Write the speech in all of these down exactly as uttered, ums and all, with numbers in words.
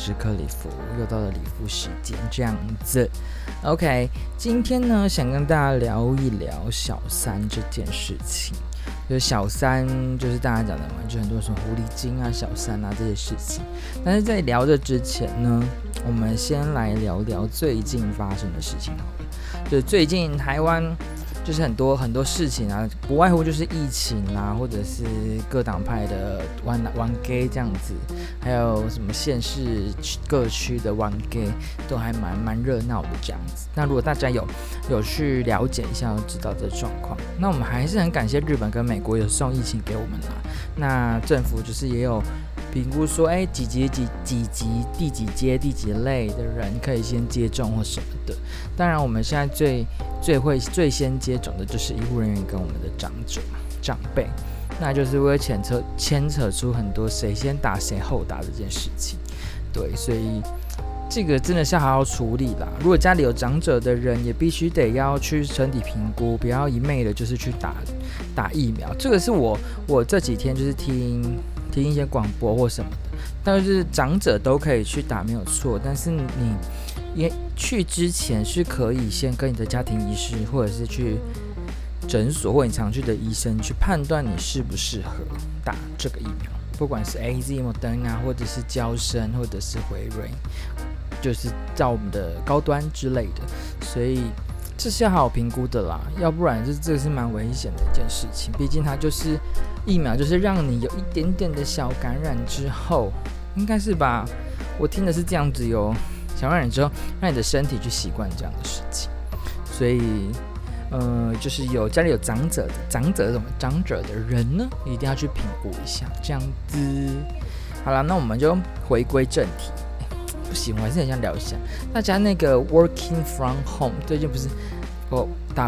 是克里夫，又到了里夫时间这样子。OK， 今天呢想跟大家聊一聊小三这件事情。就是小三，就是大家讲的嘛，就很多什么狐狸精啊、小三啊这些事情。但是在聊这之前呢，我们先来聊聊最近发生的事情好了。就是最近台湾就是很多很多事情啊，不外乎就是疫情啦，或者是各党派的玩玩 gay 这样子，还有什么县市各区的玩 gay 都还蛮蛮热闹的这样子。那如果大家有有去了解一下，就知道这状况。那我们还是很感谢日本跟美国有送疫情给我们啦。那政府就是也有评估说，哎，几级几几级第几阶第几类的人可以先接种或什么的。当然，我们现在最最会最先接种的就是医护人员跟我们的长者长辈，那就是会牵扯牵扯出很多谁先打谁后打这件事情。对，所以这个真的是要好好处理啦。如果家里有长者的人，也必须得要去身体评估，不要一昧的就是去打打疫苗。这个是我我这几天就是听听一些广播或什么的，但是长者都可以去打没有错，但是你也去之前是可以先跟你的家庭医师，或者是去诊所或你常去的医生去判断你适不适合打这个疫苗，不管是 A Z、莫德纳，或者是嬌生，或者是辉瑞，就是照我们的高端之类的，所以这是要好好评估的啦，要不然这这个是蛮危险的一件事情。毕竟它就是疫苗，就是让你有一点点的小感染之后，应该是吧？我听的是这样子哟。小感染之后，让你的身体去习惯这样的事情，所以，呃，就是有家里有长者的长者什么长者的人呢，一定要去评估一下，这样子。好了，那我们就回归正题。不行，我还是很想聊一下大家那个 working from home， 最近不是哦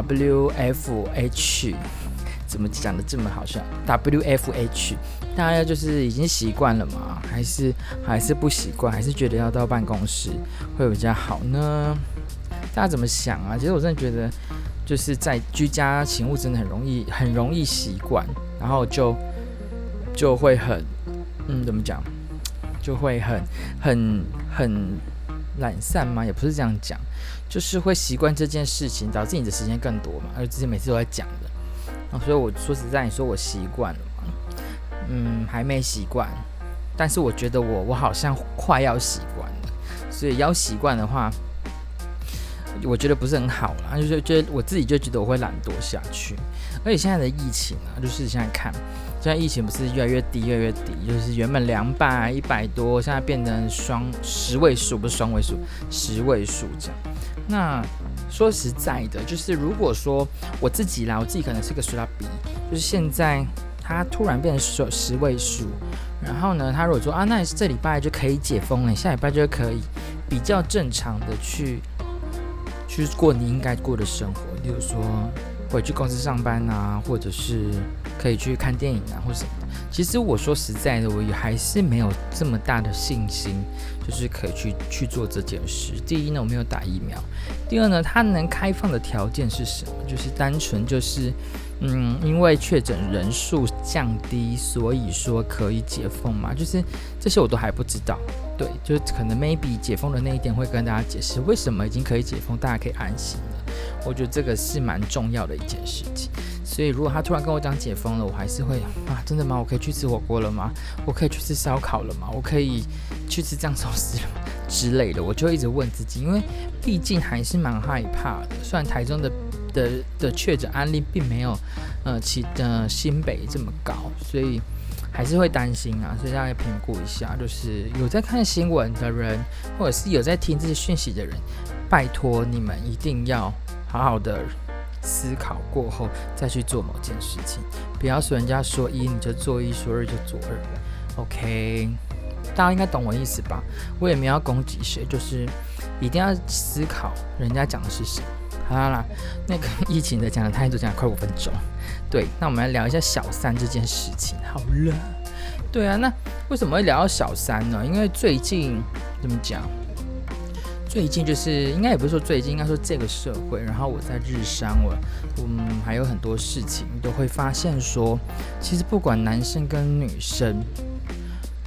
W F H。怎么讲的这么好笑 ？W F H， 大家就是已经习惯了吗？还是还是不习惯？还是觉得要到办公室会比较好呢？大家怎么想啊？其实我真的觉得，就是在居家勤务真的很容易，很容易习惯，然后就就会很，嗯，怎么讲？就会很很很懒散吗？也不是这样讲，就是会习惯这件事情，导致你的时间更多嘛。而之前每次都在讲的。所以我说实在，你说我习惯了吗？嗯，还没习惯，但是我觉得我我好像快要习惯了。所以要习惯的话，我觉得不是很好啦，就是觉得我自己就觉得我会懒惰下去。而且现在的疫情啊，就是现在看，现在疫情不是越来越低，越来越低，就是原本两百、一百多，现在变成双十位数，不是双位数，十位数这样。那说实在的，就是如果说我自己啦，我自己可能是个水拉比，就是现在它突然变成十位数，然后呢，他如果说啊，那你这礼拜就可以解封了，下礼拜就可以比较正常的去去过你应该过的生活，例如说回去公司上班啊，或者是可以去看电影啊，或什么的。其实我说实在的，我也还是没有这么大的信心，就是可以去去做这件事。第一呢，我没有打疫苗；第二呢，它能开放的条件是什么？就是单纯就是，嗯，因为确诊人数降低，所以说可以解封嘛。就是这些我都还不知道。对，就是可能 maybe 解封的那一天会跟大家解释为什么已经可以解封，大家可以安心了。我觉得这个是蛮重要的一件事情。所以如果他突然跟我讲解封了，我还是会啊，真的吗？我可以去吃火锅了吗？我可以去吃烧烤了吗？我可以去吃酱寿司了吗？之类的，我就一直问自己，因为毕竟还是蛮害怕的。虽然台中的的的确诊案例并没有呃其呃新北这么高，所以还是会担心啊。所以大家评估一下，就是有在看新闻的人，或者是有在听这些讯息的人，拜托你们一定要好好的思考过后再去做某件事情，不要说人家说一你就做一，说二就做二。OK， 大家应该懂我意思吧？我也没有要攻击谁，就是一定要思考人家讲的是什么。好啦啦，那个疫情的讲的太多，讲了快五分钟。对，那我们来聊一下小三这件事情。好了，对啊，那为什么会聊到小三呢？因为最近怎么讲？最近就是应该也不是说最近，应该说这个社会，然后我在日商，我嗯还有很多事情都会发现说，其实不管男生跟女生，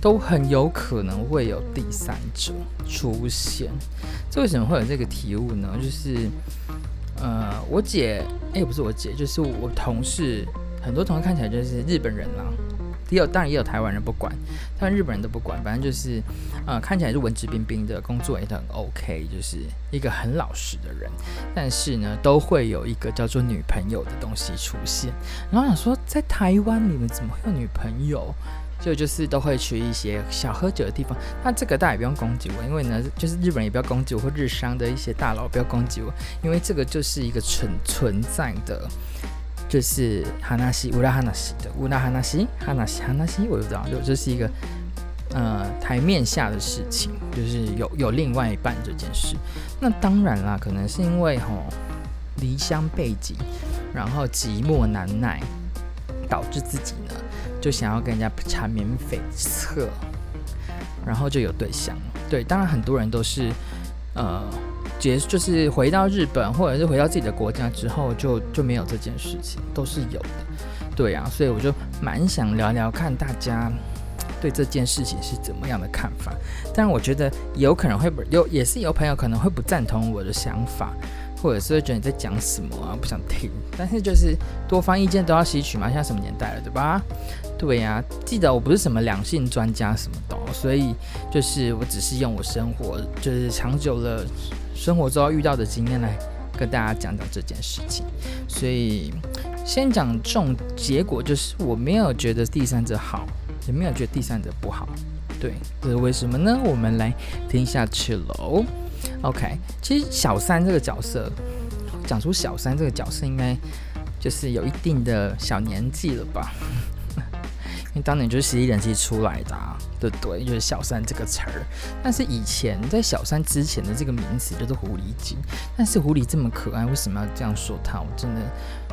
都很有可能会有第三者出现。这为什么会有这个体悟呢？就是呃，我姐，哎、欸，不是我姐，就是我同事，很多同事看起来就是日本人啦，也有当然也有台湾人不管，但日本人都不管，反正就是呃看起来是文质彬彬的，工作也很 OK， 就是一个很老实的人，但是呢都会有一个叫做女朋友的东西出现。然后想说，在台湾你们怎么会有女朋友？就就是都会去一些小喝酒的地方。那这个大家也不用攻击我，因为呢，就是日本人也不要攻击我，或日商的一些大佬不要攻击我，因为这个就是一个存存在的。就是哈纳西乌拉哈纳西的乌拉哈纳西哈纳西哈纳西，我不知道，就这是一个呃台面下的事情，就是有有另外一半这件事。那当然啦，可能是因为吼离乡背景，然后寂寞难耐，导致自己呢就想要跟人家缠绵悱恻，然后就有对象了。对，当然很多人都是呃。结就是回到日本或者是回到自己的国家之后就就没有这件事情，都是有的。对啊，所以我就蛮想聊聊看大家对这件事情是怎么样的看法。当然我觉得有可能会有，也是有朋友可能会不赞同我的想法，或者是会觉得你在讲什么啊，不想听。但是就是多方意见都要吸取嘛，现在什么年代了，对吧？对呀、啊，记得我不是什么两性专家什么的、哦，所以就是我只是用我生活就是长久了生活中遇到的经验来跟大家讲讲这件事情。所以先讲重结果，就是我没有觉得第三者好，也没有觉得第三者不好。对，这是为什么呢？我们来听下去喽。OK， 其实小三这个角色，讲出小三这个角色，应该就是有一定的小年纪了吧？因为当年就是实力人气出来的、啊，对不对？就是小三这个词儿。但是以前在小三之前的这个名词叫做狐狸精。但是狐狸这么可爱，为什么要这样说它？我真的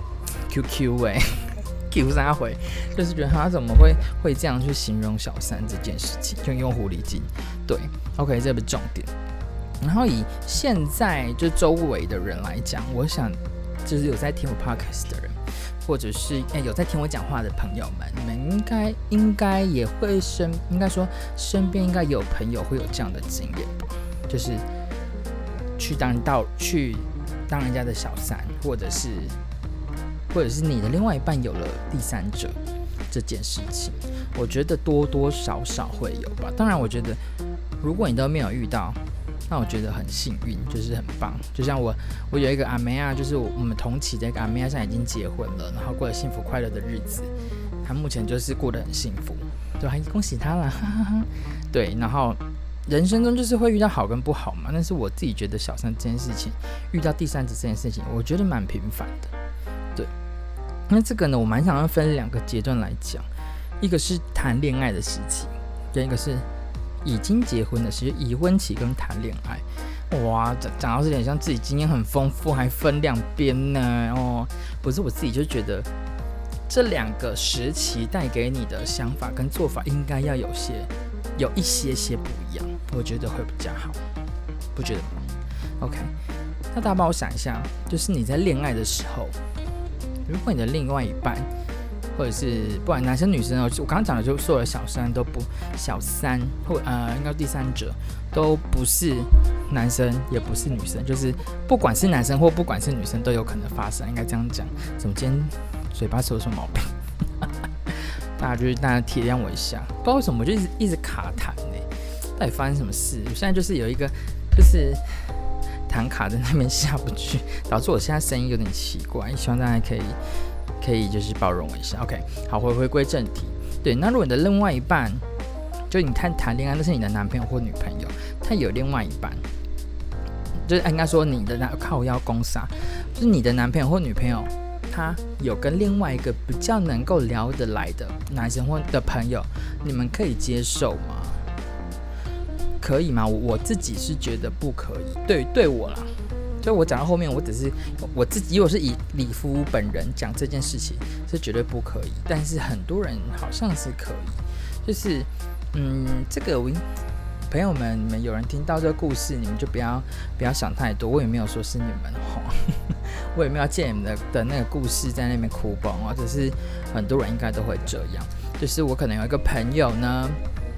Q Q 哎、欸、，Q 三回，就是觉得他怎么会会这样去形容小三这件事情，就用狐狸精。对 ，OK， 这不是重点。然后以现在就周围的人来讲，我想就是有在听我 podcast 的人，或者是、欸、有在听我讲话的朋友们，你们应该应该也会身，应该说身边应该有朋友会有这样的经验吧，就是去当到去当人家的小三，或者是或者是你的另外一半有了第三者这件事情，我觉得多多少少会有吧。当然，我觉得如果你都没有遇到，那我觉得很幸运，就是很棒。就像我，我有一个阿妹啊，就是我们同期的一个阿妹啊，现在已经结婚了，然后过了幸福快乐的日子。她目前就是过得很幸福，对，还恭喜她啦，哈哈哈。对，然后人生中就是会遇到好跟不好嘛，但是我自己觉得小三这件事情，遇到第三者这件事情，我觉得蛮频繁的。对，那这个呢，我蛮想要分两个阶段来讲，一个是谈恋爱的时期，跟一个是已经结婚的时期，已婚期跟谈恋爱。哇，讲到这点像自己经验很丰富，还分两边呢。哦，不是，我自己就觉得这两个时期带给你的想法跟做法，应该要有些有一些些不一样，我觉得会比较好，不觉得吗 ？OK， 那大家帮我想一下，就是你在恋爱的时候，如果你的另外一半，或者是不管男生女生哦，我刚刚讲的就所有的小三都不小三或呃应该第三者都不是男生也不是女生，就是不管是男生或不管是女生都有可能发生，应该这样讲。怎么今天嘴巴是有什么毛病？大家就是大家体谅我一下，不知道为什么我就一直一直卡痰呢？到底发生什么事？我现在就是有一个就是痰卡在那边下不去，导致我现在声音有点奇怪，希望大家可以。可以就是包容我一下 ，OK， 好，回回归正题。对，那如果你的另外一半，就你看谈恋爱，那是你的男朋友或女朋友，他有另外一半，就是应该说你的靠腰公杀，就是你的男朋友或女朋友，他有跟另外一个比较能够聊得来的男生或的朋友，你们可以接受吗？可以吗？我自己是觉得不可以，对对我啦。所以我讲到后面，我只是我自己，如果是以里夫本人讲这件事情，是绝对不可以。但是很多人好像是可以，就是嗯，这个我朋友们，你们有人听到这个故事，你们就不要不要想太多。我也没有说是你们吼，我也没有借你们 的, 的那个故事在那边哭崩哦，只是很多人应该都会这样。就是我可能有一个朋友呢，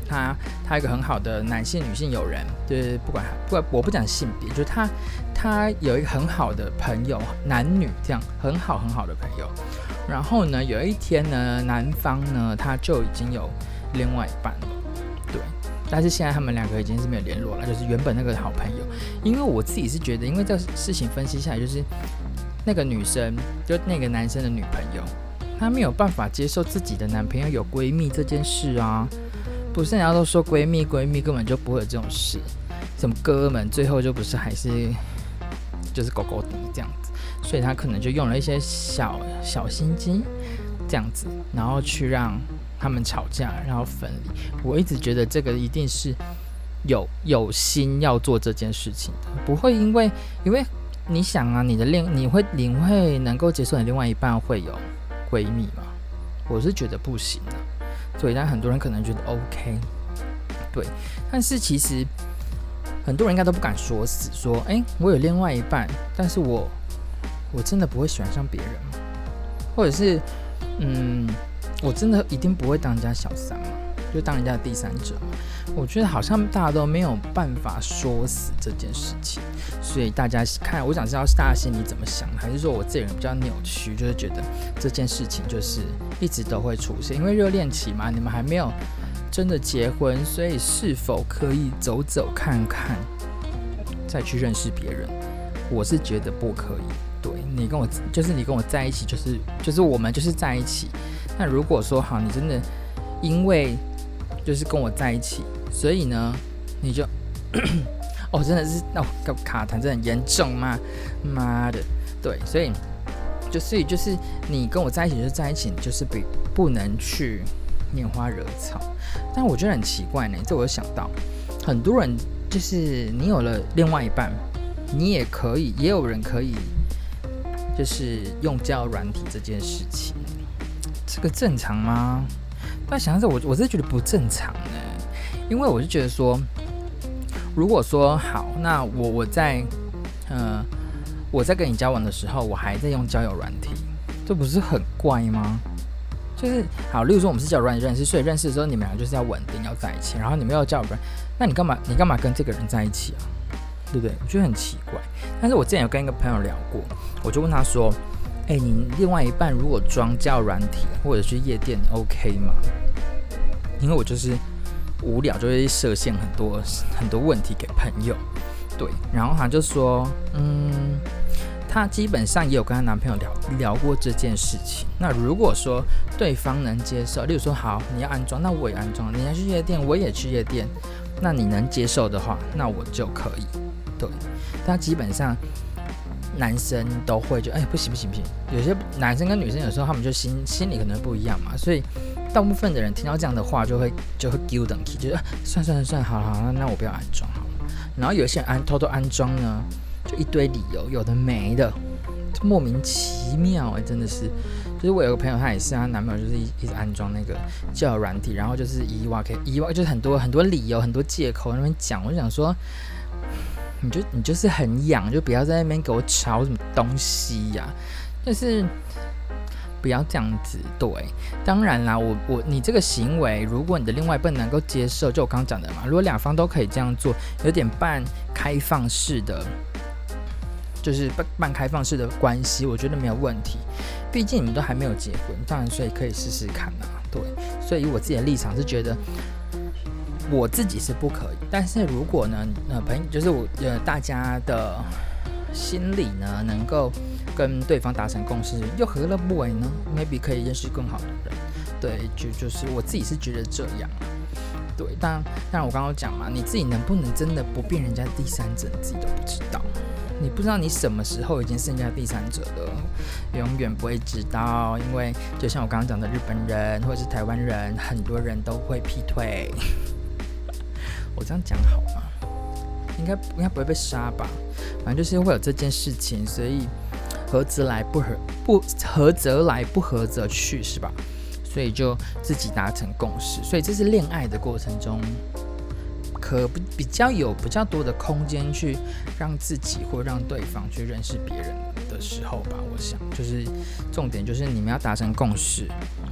他他有一个很好的男性女性友人，就是不管不管我不讲性别，就是他他有一个很好的朋友，男女这样很好很好的朋友。然后呢，有一天呢，男方呢他就已经有另外一半了，对。但是现在他们两个已经是没有联络了，就是原本那个好朋友。因为我自己是觉得，因为这事情分析下来，就是那个女生，就那个男生的女朋友，她没有办法接受自己的男朋友有闺蜜这件事啊。不是人家都说闺蜜闺蜜根本就不会有这种事，什么哥们最后就不是还是就是狗狗顶这样子，所以她可能就用了一些小小心机这样子，然后去让他们吵架，然后分离。我一直觉得这个一定是有有心要做这件事情的，不会因为因为你想啊，你的另你会你会能够接受你另外一半会有闺蜜吗？我是觉得不行啊。所以但很多人可能觉得 OK， 对，但是其实很多人应该都不敢说死，说哎、欸，我有另外一半，但是我我真的不会喜欢上别人吗？或者是嗯。我真的一定不会当人家小三嘛，就当人家的第三者嘛。我觉得好像大家都没有办法说死这件事情，所以大家看，我想知道大家心里怎么想，还是说我这人比较扭曲，就是觉得这件事情就是一直都会出现，因为热恋期嘛，你们还没有真的结婚，所以是否可以走走看看，再去认识别人？我是觉得不可以。对，你跟我就是你跟我在一起，就是就是我们就是在一起。那如果说好，你真的因为就是跟我在一起，所以呢，你就哦，真的是哦，卡痰真的很严重吗？妈的，对，所以就所以就是你跟我在一起就是在一起，你就是不不能去拈花惹草。但我觉得很奇怪呢，这我有想到，很多人就是你有了另外一半，你也可以，也有人可以，就是用交友软体这件事情。这个正常吗？但想想我我是觉得不正常的，因为我就觉得说，如果说好，那我我在呃我在跟你交往的时候，我还在用交友软体，这不是很怪吗？就是好，例如说我们是交友软体认识，所以认识的时候你们俩就是要稳定要在一起，然后你们要交友软体，那你干嘛你干嘛跟这个人在一起啊？对不对？我觉得很奇怪。但是我之前有跟一个朋友聊过，我就问他说。哎、欸，你另外一半如果装交友软体或者去夜店，你 OK 吗？因为我就是无聊，就会设限很多很多问题给朋友，对。然后他就说，嗯，她基本上也有跟她男朋友聊聊过这件事情。那如果说对方能接受，例如说好，你要安装，那我也安装；你要去夜店，我也去夜店。那你能接受的话，那我就可以。对，但基本上。男生都会就哎、欸、不行不行不行，有些男生跟女生有时候他们就心心里可能不一样嘛，所以大部分的人听到这样的话就会就会丢等气，就是、啊、算算算好好好，那我不要安装好了。然后有些人安偷偷安装呢，就一堆理由，有的没的，莫名其妙哎、欸，真的是。就是我有个朋友，她也是，她男朋友就是一一直安装那个交友软体，然后就是以挖可以以挖，就是很多很多理由、很多借口在那边讲，我就想说。你就你就是很痒，就不要在那边给我吵什么东西呀、啊，就是不要这样子。对，当然啦，我我你这个行为，如果你的另外一半能够接受，就我刚刚讲的嘛，如果两方都可以这样做，有点半开放式的，就是半开放式的关系，我觉得没有问题。毕竟你们都还没有结婚，当然所以可以试试看啊。对，所以我自己的立场是觉得。我自己是不可以，但是如果呢，呃，朋友就是我呃，大家的心里呢，能够跟对方达成共识，又何乐不为呢 ？maybe 可以认识更好的人，对，就就是我自己是觉得这样，对，当然，当然我刚刚讲嘛，你自己能不能真的不变人家第三者，你自己都不知道，你不知道你什么时候已经是人家第三者了，永远不会知道，因为就像我刚刚讲的，日本人或者是台湾人，很多人都会劈腿。我这样讲好吗？应该应该不会被杀吧？反正就是会有这件事情，所以合则来不合不合则来，不合则去，是吧？所以就自己达成共识。所以这是恋爱的过程中，可比较有比较多的空间去让自己或让对方去认识别人的时候吧。我想，就是重点就是你们要达成共识，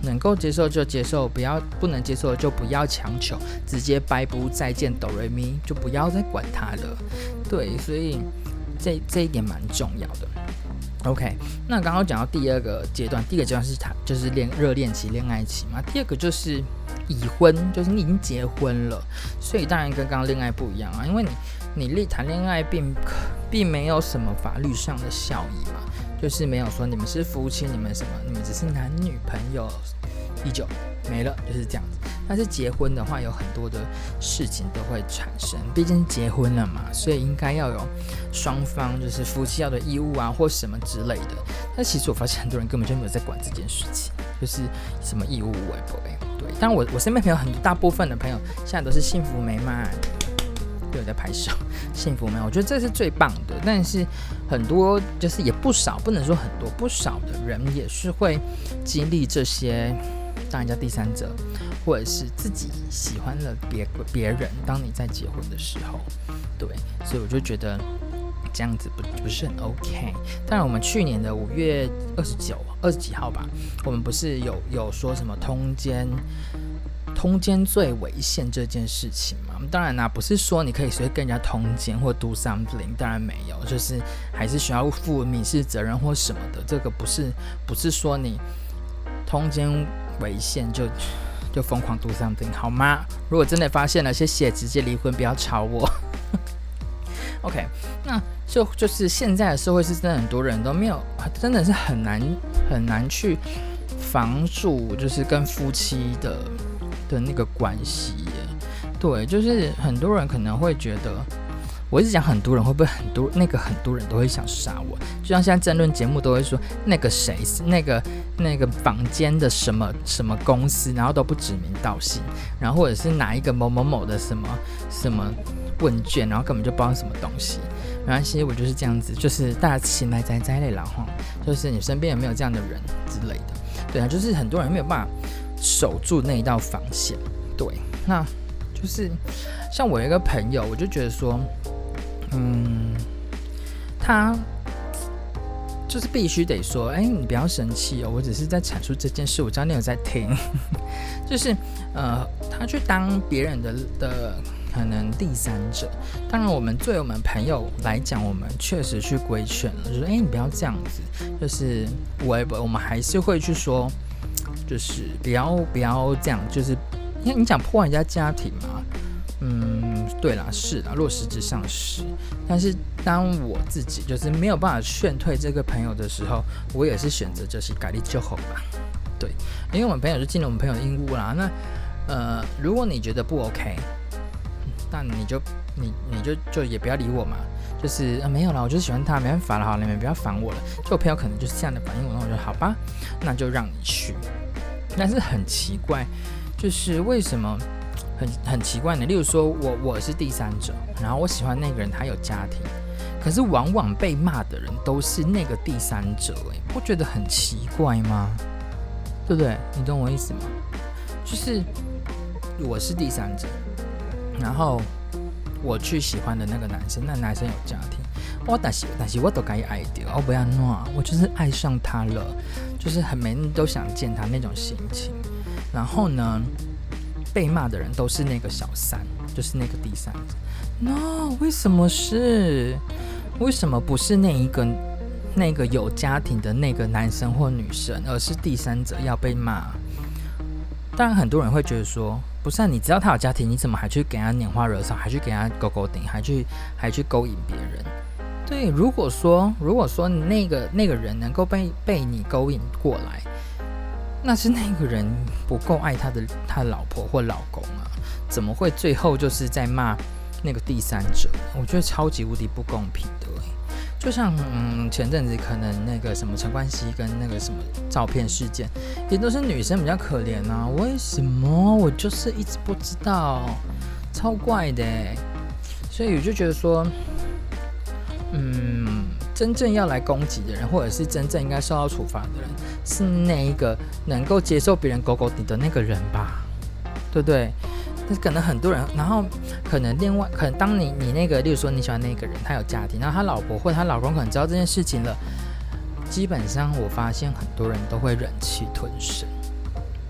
能够接受就接受，不要不能接受就不要强求，直接拜不再见哆瑞咪，就不要再管它了。对，所以这这一点蛮重要的。OK， 那刚刚讲到第二个阶段，第一个阶段是谈就是恋热恋期、恋爱期嘛，第二个就是已婚，就是你已经结婚了，所以当然跟刚刚恋爱不一样啊，因为你你谈恋爱并并没有什么法律上的效益嘛，就是没有说你们是夫妻，你们什么，你们只是男女朋友，依旧没了，就是这样子。但是结婚的话，有很多的事情都会产生，毕竟结婚了嘛，所以应该要有双方就是夫妻要的义务啊，或什么之类的。但其实我发现很多人根本就没有在管这件事情，就是什么义务为不为。对，当然我我身边朋友很多，大部分的朋友现在都是幸福美满，对，我在拍手，幸福美满，我觉得这是最棒的。但是很多就是也不少，不能说很多，不少的人也是会经历这些。当人家第三者，或者是自己喜欢了别别人，当你在结婚的时候，对，所以我就觉得这样子不不是很 OK。当然，我们去年的五月二十九、二十几号吧，我们不是有有说什么通奸、通奸罪违宪这件事情嘛？当然啦、啊，不是说你可以随便跟人家通奸或 do something， 当然没有，就是还是需要负民事责任或什么的。这个不是不是说你通奸违宪就就疯狂 do something 好吗？如果真的发现了，谢谢，直接离婚，不要吵我。OK， 那就就是现在的社会是真的很多人都没有，真的是很难很难去防住，就是跟夫妻的的那个关系耶。对，就是很多人可能会觉得。我一直讲很多人会不会很多那个很多人都会想杀我，就像现在争论节目都会说那个谁是那个那个坊间的什么什么公司，然后都不指名道姓，然后或者是哪一个某某某的什么什么问卷，然后根本就不知道什么东西。没关系，我就是这样子，就是大家请来摘摘类啦哈，就是你身边有没有这样的人之类的？对啊，就是很多人没有办法守住那一道防线。对，那就是像我有一个朋友，我就觉得说。嗯，他就是必须得说，哎、欸，你不要生气哦，我只是在阐述这件事，我知道你有在听。就是呃，他去当别人的的可能第三者。当然，我们对我们朋友来讲，我们确实去规劝了，就是哎、欸，你不要这样子，就是我我们还是会去说，就是不要不要这样，就是因为你想破坏人家家庭嘛。嗯，对啦，是啦，落实质上是，但是当我自己就是没有办法劝退这个朋友的时候，我也是选择就是改立就好吧。对，因为我们朋友就进了我们朋友的阴屋啦。那呃，如果你觉得不 OK， 那你就你你就就也不要理我嘛。就是、呃、没有啦，我就是喜欢他，没办法了，好，你们不要烦我了。就我朋友可能就是这样的反应，我那我就好吧，那就让你去。但是很奇怪，就是为什么？很很奇怪的，例如说我我是第三者，然后我喜欢那个人，他有家庭，可是往往被骂的人都是那个第三者，哎，不觉得很奇怪吗？对不对？你懂我意思吗？就是我是第三者，然后我去喜欢的那个男生，那男生有家庭，我但是但是我都该爱掉，我不要弄，我就是爱上他了，就是很每人都想见他那种心情，然后呢？被骂的人都是那个小三，就是那个第三者。No， 为什么是？为什么不是那一个那个有家庭的那个男生或女生，而是第三者要被骂？当然，很多人会觉得说，不是啊，你知道他有家庭，你怎么还去给他拈花惹草，还去给他勾勾顶，还去还去勾引别人？对，如果说如果说那个那个人能够被被你勾引过来。那是那个人不够爱他的他的老婆或老公啊，怎么会最后就是在骂那个第三者？我觉得超级无敌不公平的。就像嗯前阵子可能那个什么陈冠希跟那个什么照片事件，也都是女生比较可怜啊。为什么？我就是一直不知道，超怪的。所以我就觉得说，嗯。真正要来攻击的人，或者是真正应该受到处罚的人，是那一个能够接受别人勾勾你的那个人吧，对不对？但是可能很多人，然后可能另外，可能当你你那个，例如说你喜欢那个人，他有家庭，然后他老婆或者他老公可能知道这件事情了，基本上我发现很多人都会忍气吞声，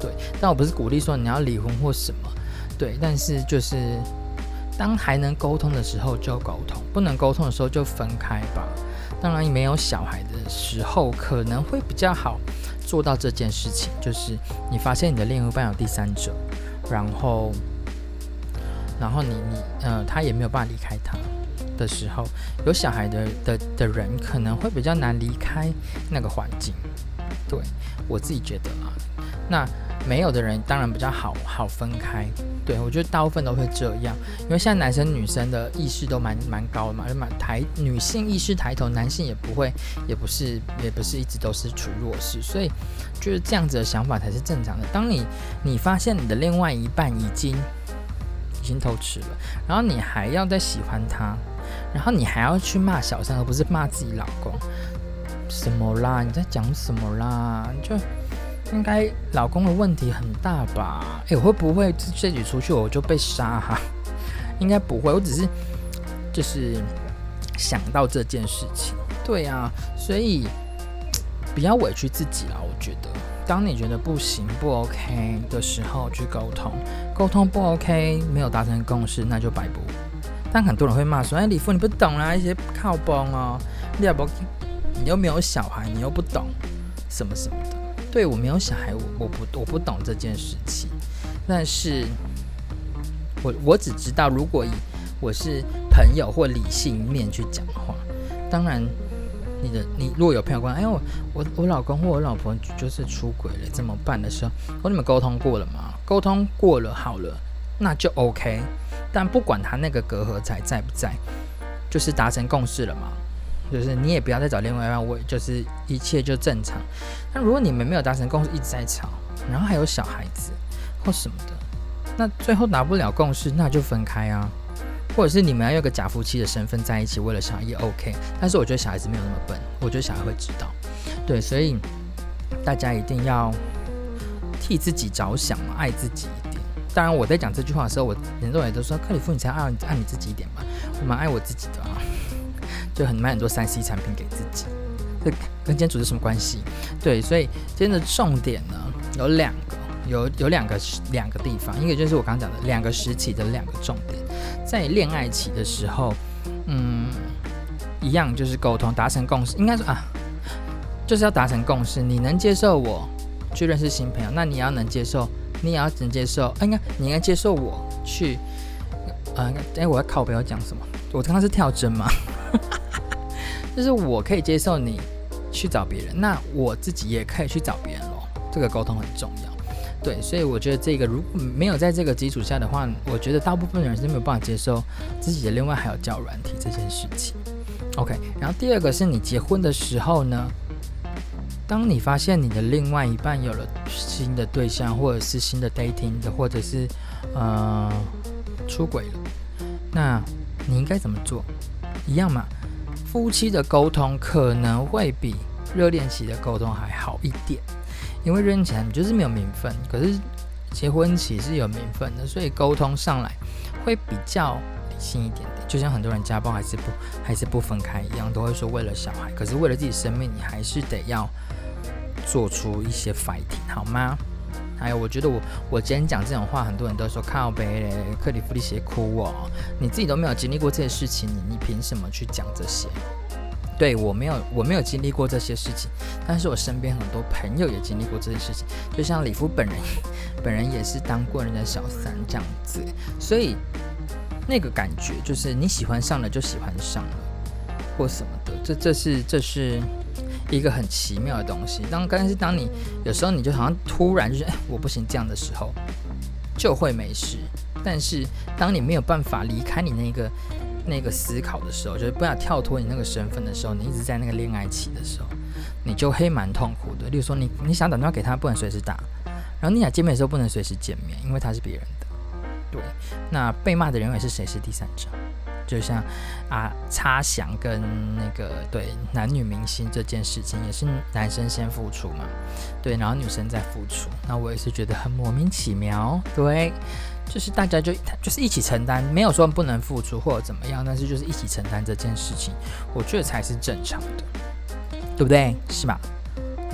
对，但我不是鼓励说你要离婚或什么，对，但是就是当还能沟通的时候就沟通，不能沟通的时候就分开吧。当然没有小孩的时候可能会比较好做到这件事情，就是你发现你的另一半有第三者，然后然后你你呃他也没有办法离开他的时候，有小孩的的的人可能会比较难离开那个环境。对，我自己觉得啦。那没有的人当然比较好好分开。对，我觉得大部分都会这样，因为现在男生女生的意识都蛮蛮高的嘛，就蛮抬女性意识抬头，男性也不会，也不是也不是一直都是处于弱势，所以就是这样子的想法才是正常的。当你你发现你的另外一半已经已经偷吃了，然后你还要再喜欢他，然后你还要去骂小三，而不是骂自己老公，什么啦？你在讲什么啦？就应该老公的问题很大吧？哎、欸，我会不会这局出去我就被杀哈、啊？应该不会，我只是就是想到这件事情。对啊，所以比较委屈自己啦。我觉得，当你觉得不行不 OK 的时候去沟通，沟通不 OK 没有达成共识，那就摆布。但很多人会骂说：“哎、欸，李富你不懂啦，一些靠崩哦，你又不，你又没有小孩，你又不懂什么什么的。”对，我没有小孩，我我不我不懂这件事情，但是我我只知道，如果以我是朋友或理性面去讲话，当然你的你如果有朋友问，哎呦我我老公或我老婆就是出轨了，怎么办的时候，我跟你们沟通过了吗？沟通过了，好了，那就 OK。但不管他那个隔阂在在不在，就是达成共识了嘛。就是你也不要再找另外一半，我就是一切就正常。那如果你们没有达成共识，一直在吵，然后还有小孩子或什么的，那最后达不了共识，那就分开啊。或者是你们要有个假夫妻的身份在一起，为了小孩也 OK。但是我觉得小孩子没有那么笨，我觉得小孩会知道。对，所以大家一定要替自己着想嘛，爱自己一点。当然我在讲这句话的时候，我很多人都说克里夫你才爱爱你自己一点嘛，我蛮爱我自己的啊。就很买很多 三 C 产品给自己，这跟今天主题什么关系？对，所以今天的重点呢有两个，有有两个两个地方，一个就是我刚刚讲的两个时期的两个重点，在恋爱期的时候，嗯，一样就是沟通，达成共识，应该说啊，就是要达成共识，你能接受我去认识新朋友，那你也要能接受，你也要能接受，啊、应该你应该接受我去，呃，哎，我要靠北要讲什么？我刚刚是跳针吗？就是我可以接受你去找别人，那我自己也可以去找别人咯。这个沟通很重要，对，所以我觉得这个如果没有在这个基础下的话，我觉得大部分人是没有办法接受自己的另外还有交友软体这件事情。OK， 然后第二个是你结婚的时候呢，当你发现你的另外一半有了新的对象，或者是新的 dating 的，或者是呃出轨了，那你应该怎么做？一样嘛。夫妻的沟通可能会比热恋期的沟通还好一点，因为热恋期你就是没有名分，可是结婚期是有名分的，所以沟通上来会比较理性一点点。就像很多人家暴还是不还是不分开一样，都会说为了小孩，可是为了自己生命，你还是得要做出一些 fighting， 好吗？还有，我觉得我我今天讲这种话，很多人都说靠北嘞，克里夫利写哭哦，你自己都没有经历过这些事情，你你凭什么去讲这些？对，我没有我没有经历过这些事情，但是我身边很多朋友也经历过这些事情，就像李夫本人，本人也是当过人家小三这样子，所以那个感觉就是你喜欢上了就喜欢上了，或什么的，这这是这是。一个很奇妙的东西，当但是当你有时候你就好像突然就是哎、欸、我不行这样的时候，就会没事。但是当你没有办法离开你那个那个思考的时候，就是不要跳脱你那个身份的时候，你一直在那个恋爱期的时候，你就会蛮痛苦的。例如说你你想打电话给他，不能随时打，然后你想见面的时候不能随时见面，因为他是别人的。对，那被骂的人也是谁是第三者？就像啊，插翔跟那个对男女明星这件事情，也是男生先付出嘛，对，然后女生再付出，那我也是觉得很莫名其妙，对，就是大家就就是一起承担，没有说不能付出或者怎么样，但是就是一起承担这件事情，我觉得才是正常的，对不对？是吧？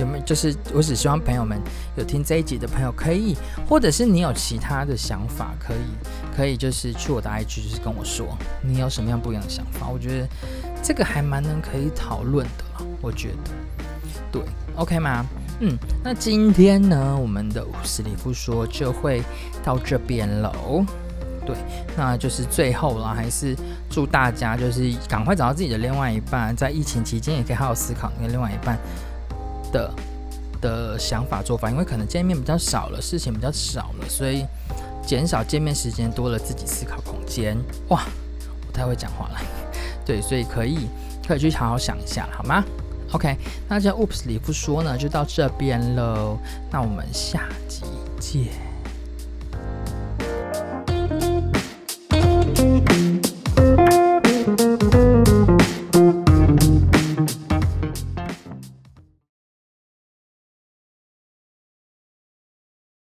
有没有？就是我只希望朋友们有听这一集的朋友可以，或者是你有其他的想法，可以可以就是去我的 I G 就是跟我说你有什么样不一样的想法，我觉得这个还蛮能可以讨论的啦，我觉得对 OK 吗？嗯，那今天呢我们的史里夫说就会到这边喽。对，那就是最后啦，还是祝大家就是赶快找到自己的另外一半，在疫情期间也可以好好思考那个另外一半的的想法做法，因为可能见面比较少了，事情比较少了，所以减少见面时间，多了自己思考空间。哇，我太会讲话了，对，所以可以可以去好好想一下，好吗 ？OK， 那这 Oops 里夫说呢，就到这边喽，那我们下集见。